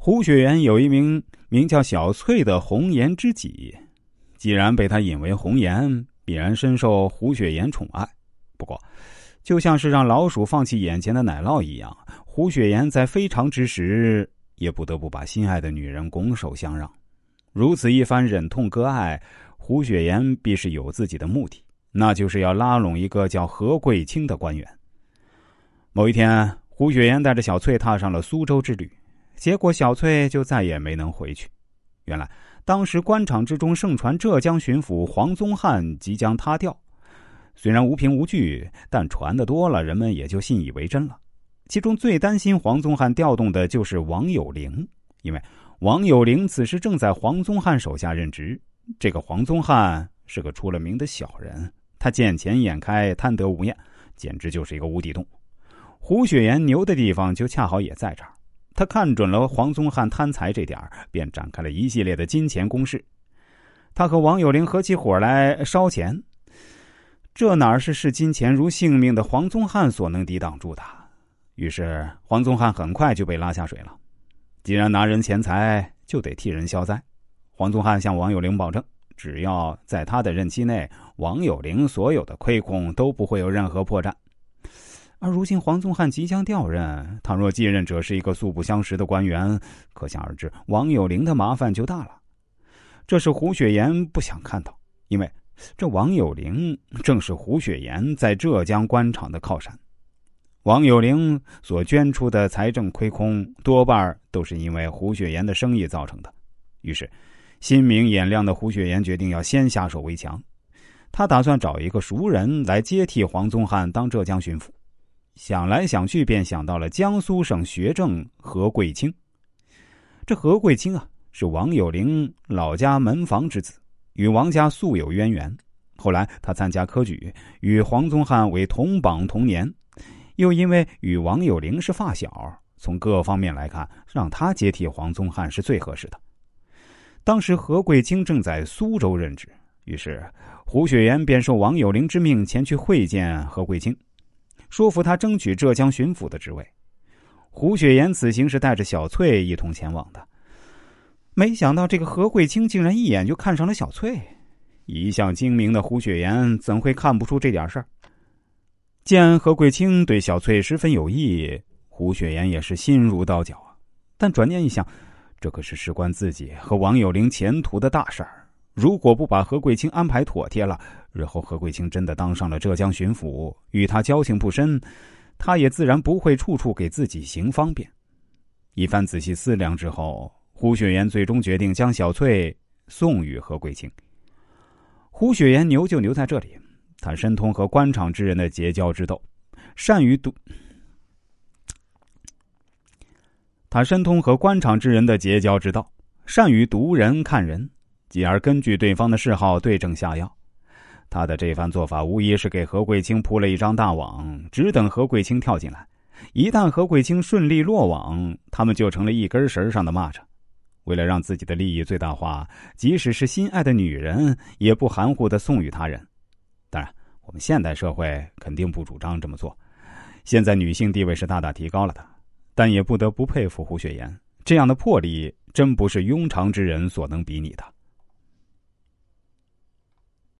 胡雪岩有一名名叫小翠的红颜知己，既然被他引为红颜，必然深受胡雪岩宠爱。不过就像是让老鼠放弃眼前的奶酪一样，胡雪岩在非常之时也不得不把心爱的女人拱手相让。如此一番忍痛割爱，胡雪岩必是有自己的目的，那就是要拉拢一个叫何贵清的官员。某一天，胡雪岩带着小翠踏上了苏州之旅，结果小翠就再也没能回去。原来当时官场之中盛传浙江巡抚黄宗汉即将塌掉，虽然无凭无据，但传得多了，人们也就信以为真了。其中最担心黄宗汉调动的就是王有龄，因为王有龄此时正在黄宗汉手下任职。这个黄宗汉是个出了名的小人，他见钱眼开，贪得无厌，简直就是一个无底洞。胡雪岩牛的地方就恰好也在这儿，他看准了黄宗汉贪财这点，便展开了一系列的金钱攻势。他和王有龄合起伙来烧钱，这哪是视金钱如性命的黄宗汉所能抵挡住的？于是黄宗汉很快就被拉下水了。既然拿人钱财，就得替人消灾。黄宗汉向王有龄保证，只要在他的任期内，王有龄所有的亏空都不会有任何破绽。而如今黄宗汉即将调任，倘若继任者是一个素不相识的官员，可想而知王有龄的麻烦就大了。这是胡雪岩不想看到，因为这王有龄正是胡雪岩在浙江官场的靠山。王有龄所捐出的财政亏空，多半都是因为胡雪岩的生意造成的。于是心明眼亮的胡雪岩决定要先下手为强，他打算找一个熟人来接替黄宗汉当浙江巡抚。想来想去，便想到了江苏省学政何贵清。这何贵清是王有龄老家门房之子，与王家素有渊源。后来他参加科举，与黄宗汉为同榜同年，又因为与王有龄是发小，从各方面来看，让他接替黄宗汉是最合适的。当时何贵清正在苏州任职，于是胡雪岩便受王有龄之命前去会见何贵清，说服他争取浙江巡抚的职位。胡雪岩此行是带着小翠一同前往的，没想到这个何贵清竟然一眼就看上了小翠。一向精明的胡雪岩怎会看不出这点事儿？见何贵清对小翠十分有意，胡雪岩也是心如刀绞啊。但转念一想，这可是事关自己和王有龄前途的大事儿，如果不把何贵清安排妥帖了，日后何贵清真的当上了浙江巡抚，与他交情不深，他也自然不会处处给自己行方便。一番仔细思量之后，胡雪岩最终决定将小翠送与何贵清。胡雪岩牛就牛在这里，他深通和官场之人的结交之道，善于读人看人，继而根据对方的嗜好对症下药。他的这番做法无疑是给何贵清铺了一张大网，只等何贵清跳进来。一旦何贵清顺利落网，他们就成了一根绳上的蚂蚱。为了让自己的利益最大化，即使是心爱的女人也不含糊地送与他人。当然我们现代社会肯定不主张这么做，现在女性地位是大大提高了的，但也不得不佩服胡雪岩，这样的魄力真不是庸常之人所能比拟的。